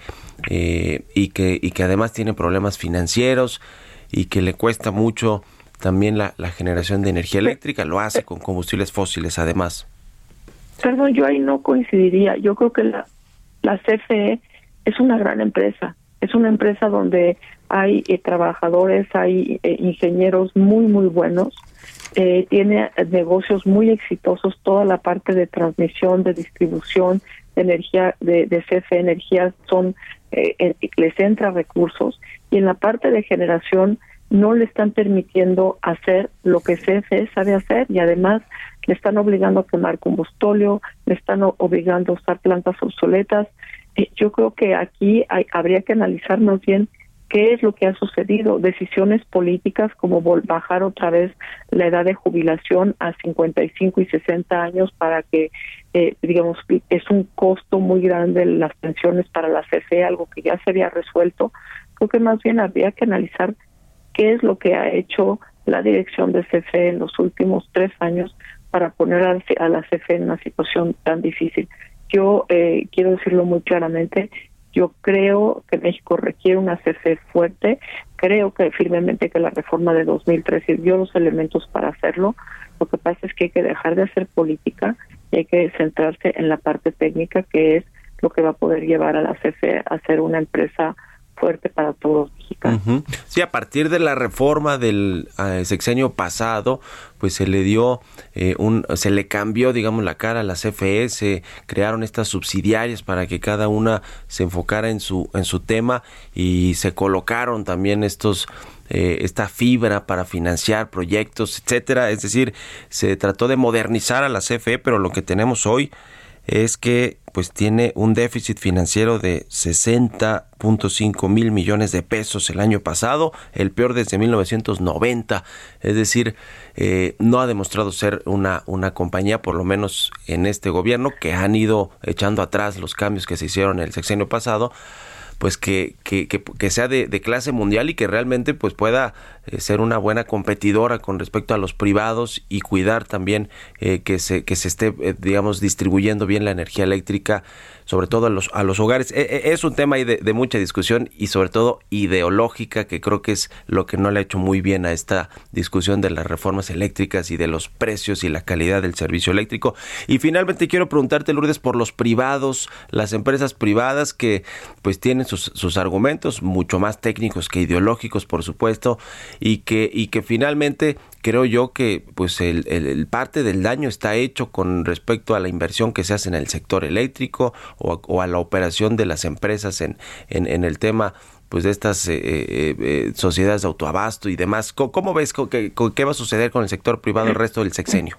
eh, y que y que además tiene problemas financieros y que le cuesta mucho también la, la generación de energía eléctrica, lo hace con combustibles fósiles además. Perdón, yo ahí no coincidiría. Yo creo que la, la C F E es una gran empresa, es una empresa donde hay eh, trabajadores, hay eh, ingenieros muy, muy buenos, eh, tiene negocios muy exitosos, toda la parte de transmisión, de distribución de energía, de, de C F E Energía, son eh, eh, les entra recursos, y en la parte de generación no le están permitiendo hacer lo que C F E sabe hacer, y además le están obligando a quemar combustóleo, le están obligando a usar plantas obsoletas. Eh, yo creo que aquí hay, habría que analizar más bien qué es lo que ha sucedido, decisiones políticas como bajar otra vez la edad de jubilación a cincuenta y cinco y sesenta años para que, eh, digamos, es un costo muy grande las pensiones para la C F E, algo que ya se había resuelto. Creo que más bien habría que analizar qué es lo que ha hecho la dirección de C F E en los últimos tres años para poner a, a la C F E en una situación tan difícil. Yo eh, quiero decirlo muy claramente, yo creo que México requiere una C F E fuerte, creo que firmemente que la reforma de dos mil trece dio los elementos para hacerlo. Lo que pasa es que hay que dejar de hacer política y hay que centrarse en la parte técnica, que es lo que va a poder llevar a la C F E a ser una empresa fuerte para todos los mexicanos. Uh-huh. Sí, a partir de la reforma del uh, sexenio pasado, pues se le dio eh, un, se le cambió, digamos, la cara a la C F E, se crearon estas subsidiarias para que cada una se enfocara en su en su tema, y se colocaron también estos eh, esta fibra para financiar proyectos, etcétera. Es decir, se trató de modernizar a la C F E, pero lo que tenemos hoy es que pues tiene un déficit financiero de sesenta punto cinco mil millones de pesos el año pasado, el peor desde mil novecientos noventa. Es decir, eh, no ha demostrado ser una, una compañía, por lo menos en este gobierno, que han ido echando atrás los cambios que se hicieron en el sexenio pasado, pues que, que, que, que sea de, de clase mundial y que realmente pues pueda eh, ser una buena competidora con respecto a los privados, y cuidar también eh, que se que se esté eh, digamos distribuyendo bien la energía eléctrica, sobre todo a los a los hogares. Eh, eh, es un tema ahí de, de mucha discusión y sobre todo ideológica, que creo que es lo que no le ha hecho muy bien a esta discusión de las reformas eléctricas y de los precios y la calidad del servicio eléctrico. Y finalmente quiero preguntarte, Lourdes, por los privados, las empresas privadas que pues tienen sus, sus argumentos mucho más técnicos que ideológicos, por supuesto, y que y que finalmente creo yo que pues el, el, el parte del daño está hecho con respecto a la inversión que se hace en el sector eléctrico, o a, o a la operación de las empresas en, en, en el tema pues de estas eh, eh, eh, sociedades de autoabasto y demás. ¿Cómo, cómo ves qué, qué va a suceder con el sector privado el resto del sexenio?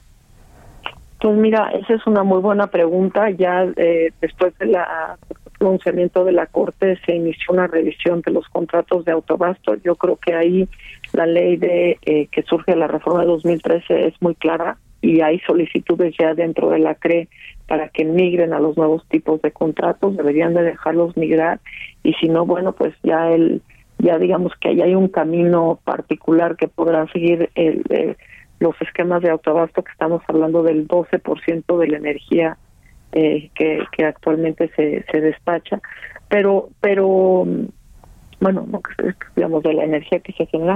Pues mira, esa es una muy buena pregunta. Ya eh, después del pronunciamiento de la Corte se inició una revisión de los contratos de autoabasto. Yo creo que ahí la ley de eh, que surge de la reforma de dos mil trece es muy clara, y hay solicitudes ya dentro de la C R E para que migren a los nuevos tipos de contratos. Deberían de dejarlos migrar, y si no, bueno, pues ya el ya digamos que ahí hay un camino particular que podrá seguir el, el los esquemas de autoabasto, que estamos hablando del doce por ciento de la energía eh, que, que actualmente se, se despacha, pero pero bueno, no, digamos, de la energía que se genera,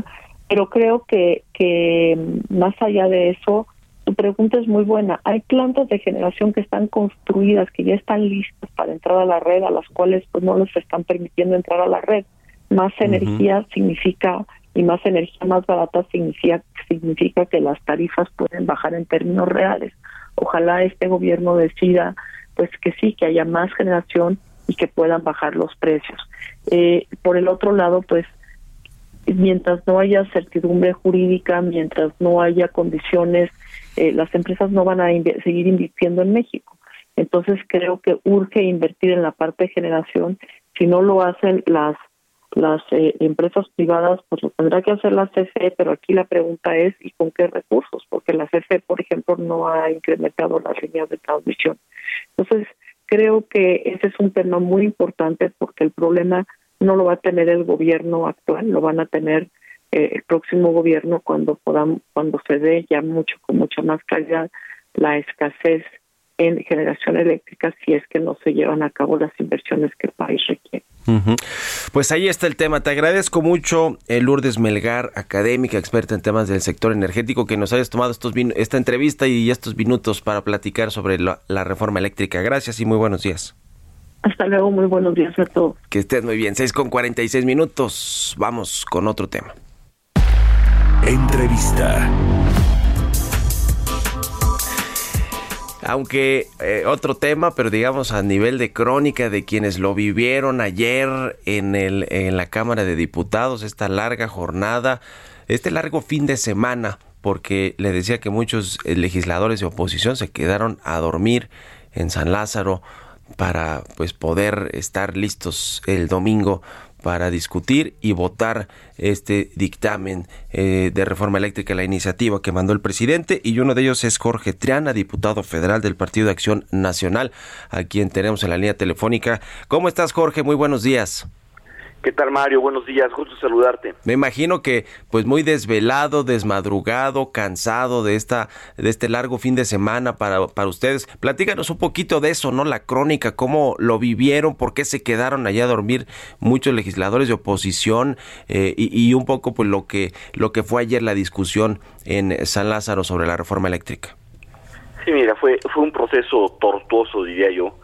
Pero creo que, que más allá de eso, tu pregunta es muy buena. Hay plantas de generación que están construidas, que ya están listas para entrar a la red, a las cuales pues no les están permitiendo entrar a la red. Más uh-huh. energía significa, y más energía más barata significa, significa que las tarifas pueden bajar en términos reales. Ojalá este gobierno decida pues que sí, que haya más generación y que puedan bajar los precios. Eh, por el otro lado, pues mientras no haya certidumbre jurídica, mientras no haya condiciones, eh, las empresas no van a inv- seguir invirtiendo en México. Entonces creo que urge invertir en la parte de generación. Si no lo hacen las las eh, empresas privadas, pues lo tendrá que hacer la C F E, pero aquí la pregunta es ¿y con qué recursos? Porque la C F E, por ejemplo, no ha incrementado las líneas de transmisión. Entonces creo que ese es un tema muy importante, porque el problema no lo va a tener el gobierno actual, lo van a tener eh, el próximo gobierno cuando podamos, cuando se dé ya mucho, con mucha más calidad, la escasez en generación eléctrica, si es que no se llevan a cabo las inversiones que el país requiere. Uh-huh. Pues ahí está el tema. Te agradezco mucho, eh, Lourdes Melgar, académica, experta en temas del sector energético, que nos hayas tomado estos vin- esta entrevista y estos minutos para platicar sobre la, la reforma eléctrica. Gracias y muy buenos días. Hasta luego, muy buenos días a todos. Que estés muy bien. seis con cuarenta y seis minutos. Vamos con otro tema. Entrevista. Aunque eh, otro tema, pero digamos a nivel de crónica de quienes lo vivieron ayer en el en la Cámara de Diputados, esta larga jornada, este largo fin de semana, porque le decía que muchos legisladores de oposición se quedaron a dormir en San Lázaro para pues poder estar listos el domingo para discutir y votar este dictamen eh, de reforma eléctrica, la iniciativa que mandó el presidente, y uno de ellos es Jorge Triana, diputado federal del Partido de Acción Nacional, a quien tenemos en la línea telefónica. ¿Cómo estás, Jorge? Muy buenos días. ¿Qué tal, Mario? Buenos días, gusto saludarte. Me imagino que pues muy desvelado, desmadrugado, cansado de esta de este largo fin de semana para para ustedes. Platícanos un poquito de eso, ¿no? La crónica, cómo lo vivieron, por qué se quedaron allá a dormir muchos legisladores de oposición eh, y, y un poco pues lo que lo que fue ayer la discusión en San Lázaro sobre la reforma eléctrica. Sí, mira, fue fue un proceso tortuoso, diría yo,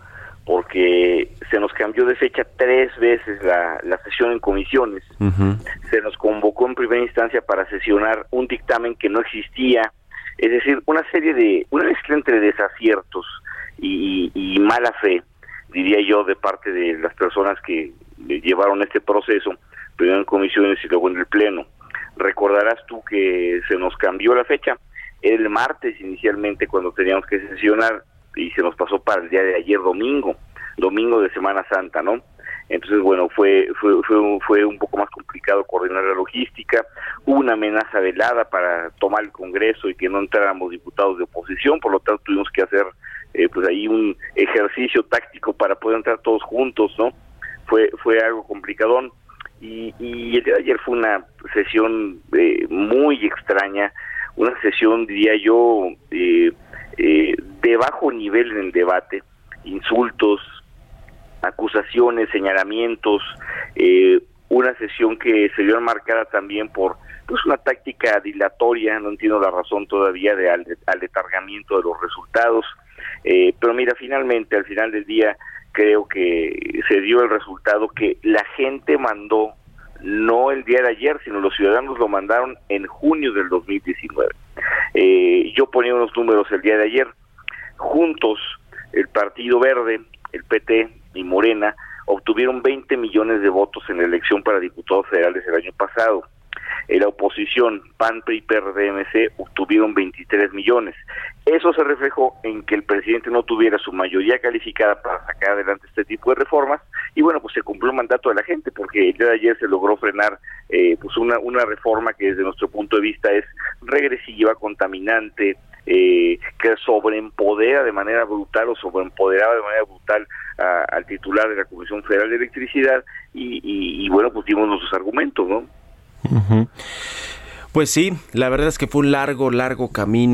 porque se nos cambió de fecha tres veces la, la sesión en comisiones. Uh-huh. Se nos convocó en primera instancia para sesionar un dictamen que no existía, es decir, una serie de, una mezcla entre desaciertos y, y, y mala fe, diría yo, de parte de las personas que llevaron este proceso, primero en comisiones y luego en el Pleno. Recordarás tú que se nos cambió la fecha, era el martes inicialmente cuando teníamos que sesionar, y se nos pasó para el día de ayer, domingo, domingo de Semana Santa, ¿no? Entonces, bueno, fue fue fue, fue un poco más complicado coordinar la logística, hubo una amenaza velada para tomar el Congreso y que no entráramos diputados de oposición, por lo tanto tuvimos que hacer eh, pues ahí un ejercicio táctico para poder entrar todos juntos, ¿no? Fue fue algo complicadón, y, y el día de ayer fue una sesión eh, muy extraña, una sesión, diría yo, eh, Eh, de bajo nivel en el debate, insultos, acusaciones, señalamientos, eh, una sesión que se vio marcada también por pues una táctica dilatoria, no entiendo la razón todavía de al, aletargamiento de los resultados, eh, pero mira, finalmente, al final del día, creo que se dio el resultado que la gente mandó, no el día de ayer, sino los ciudadanos lo mandaron en junio del dos mil diecinueve. Eh, yo ponía unos números el día de ayer. Juntos, el Partido Verde, el P T y Morena obtuvieron veinte millones de votos en la elección para diputados federales el año pasado. En la oposición, P A N, P R I, P R D, M C, obtuvieron veintitrés millones. Eso se reflejó en que el presidente no tuviera su mayoría calificada para sacar adelante este tipo de reformas, y bueno, pues se cumplió el mandato de la gente, porque el día de ayer se logró frenar eh, pues una, una reforma que desde nuestro punto de vista es regresiva, contaminante, eh, que sobreempodera de manera brutal o sobreempoderaba de manera brutal a, al titular de la Comisión Federal de Electricidad, y, y, y bueno, pues dimos nuestros argumentos, ¿no? Uh-huh. Pues sí, la verdad es que fue un largo, largo camino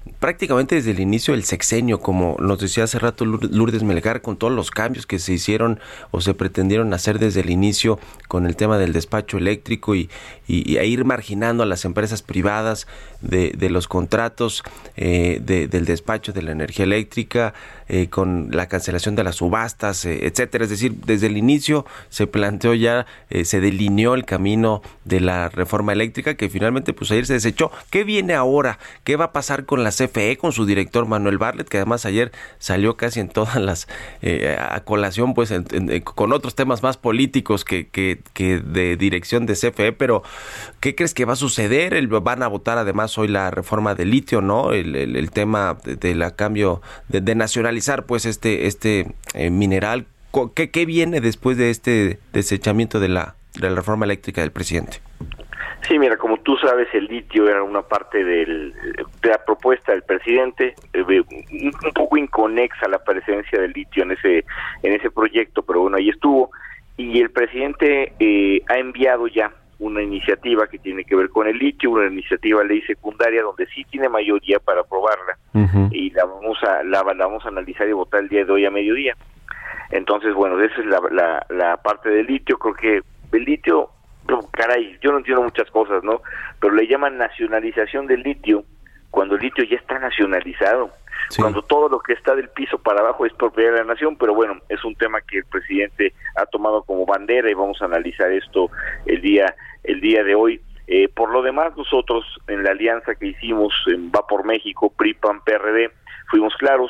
prácticamente desde el inicio del sexenio, como nos decía hace rato Lourdes Melgar, con todos los cambios que se hicieron o se pretendieron hacer desde el inicio con el tema del despacho eléctrico y, y, y a ir marginando a las empresas privadas de, de los contratos eh, de, del despacho de la energía eléctrica, eh, con la cancelación de las subastas, eh, etcétera. Es decir, desde el inicio se planteó ya, eh, se delineó el camino de la reforma eléctrica que finalmente pues ayer se desechó. ¿Qué viene ahora? ¿Qué va a pasar con la C F E, con su director Manuel Bartlett, que además ayer salió casi en todas las eh, a colación, pues en, en, con otros temas más políticos que, que, que de dirección de C F E? Pero ¿qué crees que va a suceder? El, van a votar además hoy la reforma del litio, ¿no? El, el, el tema de, de la cambio de, de nacionalizar pues este este eh, mineral. ¿Qué, ¿Qué viene después de este desechamiento de la, de la reforma eléctrica del presidente? Sí, mira, como tú sabes, el litio era una parte del, de la propuesta del presidente, eh, un poco inconexa la presencia del litio en ese en ese proyecto, pero bueno, ahí estuvo. Y el presidente eh, ha enviado ya una iniciativa que tiene que ver con el litio, una iniciativa ley secundaria donde sí tiene mayoría para aprobarla, uh-huh. y la vamos a la, la vamos a analizar y votar el día de hoy a mediodía. Entonces, bueno, esa es la, la, la parte del litio. Creo que el litio, caray, yo no entiendo muchas cosas, ¿no? Pero le llaman nacionalización del litio cuando el litio ya está nacionalizado, sí. Cuando todo lo que está del piso para abajo es propiedad de la nación. Pero bueno, es un tema que el presidente ha tomado como bandera y vamos a analizar esto el día el día de hoy. Eh, por lo demás, nosotros en la alianza que hicimos en Va por México, P R I, P A N, P R D, fuimos claros,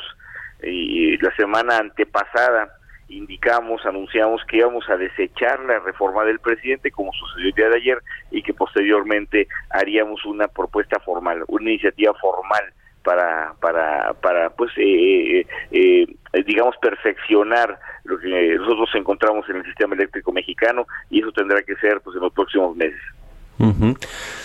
y la semana antepasada indicamos, anunciamos que íbamos a desechar la reforma del presidente, como sucedió el día de ayer, y que posteriormente haríamos una propuesta formal, una iniciativa formal para para para pues eh, eh, eh, digamos perfeccionar lo que nosotros encontramos en el sistema eléctrico mexicano, y eso tendrá que ser pues en los próximos meses. Uh-huh.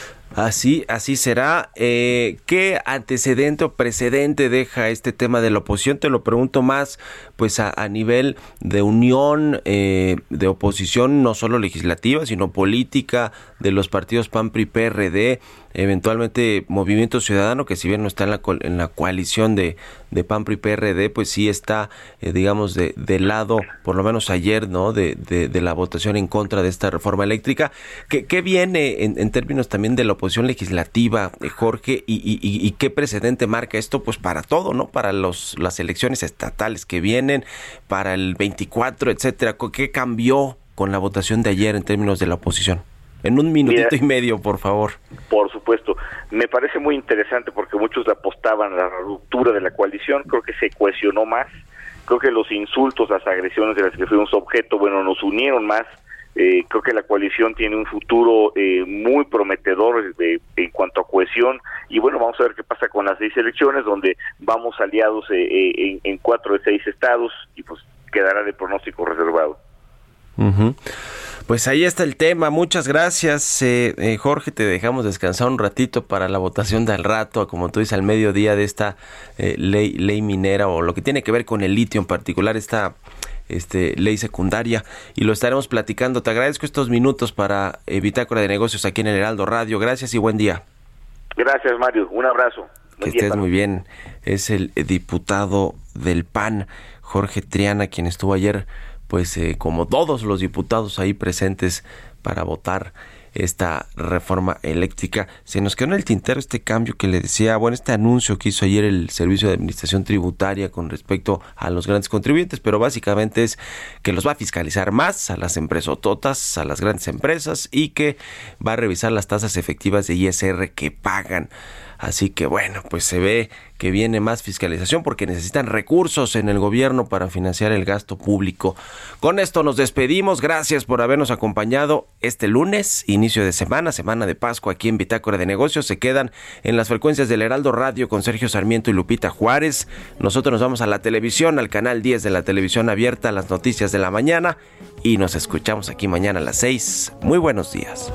Así, así será. Eh, ¿Qué antecedente o precedente deja este tema de la oposición? Te lo pregunto más, pues a, a nivel de unión eh, de oposición, no solo legislativa, sino política, de los partidos P A N, P R I, P R D, eventualmente Movimiento Ciudadano, que si bien no está en la, en la coalición de, de P A N, P R I, P R D, pues sí está, eh, digamos, de, de lado, por lo menos ayer, ¿no? De, de, de la votación en contra de esta reforma eléctrica. ¿Qué, qué viene en, en términos también de la oposición legislativa, eh, Jorge? Y, y, y qué precedente marca esto, pues para todo, ¿no? Para los las elecciones estatales que vienen, para el veinticuatro, etcétera. ¿Qué cambió con la votación de ayer en términos de la oposición? En un minutito Mira, y medio, por favor. Por supuesto. Me parece muy interesante porque muchos apostaban a la ruptura de la coalición. Creo que se cohesionó más. Creo que los insultos, las agresiones de las que fuimos objeto, bueno, nos unieron más. Eh, creo que la coalición tiene un futuro eh, muy prometedor de, en cuanto a cohesión. Y bueno, vamos a ver qué pasa con las seis elecciones, donde vamos aliados eh, eh, en, en cuatro de seis estados, y pues quedará de pronóstico reservado. Uh-huh. Pues ahí está el tema. Muchas gracias, eh, eh, Jorge. Te dejamos descansar un ratito para la votación del rato, como tú dices, al mediodía de esta eh, ley ley minera, o lo que tiene que ver con el litio en particular, esta este, ley secundaria, y lo estaremos platicando. Te agradezco estos minutos para eh, Bitácora de Negocios aquí en el Heraldo Radio. Gracias y buen día. Gracias, Mario. Un abrazo. Que estés muy bien. Es el diputado del P A N, Jorge Triana, quien estuvo ayer, pues eh, como todos los diputados ahí presentes para votar esta reforma eléctrica. Se nos quedó en el tintero este cambio que le decía, bueno, este anuncio que hizo ayer el Servicio de Administración Tributaria con respecto a los grandes contribuyentes, pero básicamente es que los va a fiscalizar más a las empresototas, a las grandes empresas, y que va a revisar las tasas efectivas de I S R que pagan. Así que bueno, pues se ve que viene más fiscalización porque necesitan recursos en el gobierno para financiar el gasto público. Con esto nos despedimos. Gracias por habernos acompañado este lunes, inicio de semana, semana de Pascua aquí en Bitácora de Negocios. Se quedan en las frecuencias del Heraldo Radio con Sergio Sarmiento y Lupita Juárez. Nosotros nos vamos a la televisión, al canal diez de la televisión abierta, las noticias de la mañana, y nos escuchamos aquí mañana a las seis. Muy buenos días.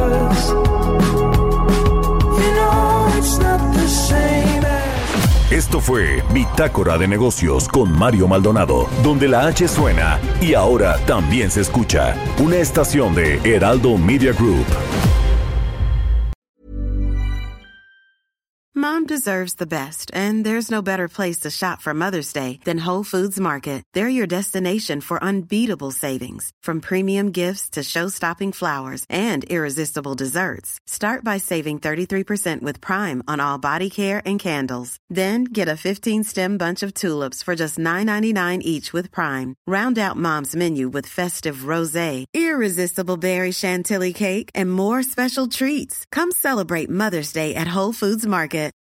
Esto Esto fue Bitácora de Negocios con Mario Maldonado, donde la H suena y ahora también se escucha. Una estación de Heraldo Media Group. Mom deserves the best, and there's no better place to shop for Mother's Day than Whole Foods Market. They're your destination for unbeatable savings, from premium gifts to show-stopping flowers and irresistible desserts. Start by saving thirty-three percent with Prime on all body care and candles. Then get a fifteen-stem bunch of tulips for just nine ninety-nine each with Prime. Round out Mom's menu with festive rosé, irresistible berry chantilly cake, and more special treats. Come celebrate Mother's Day at Whole Foods Market.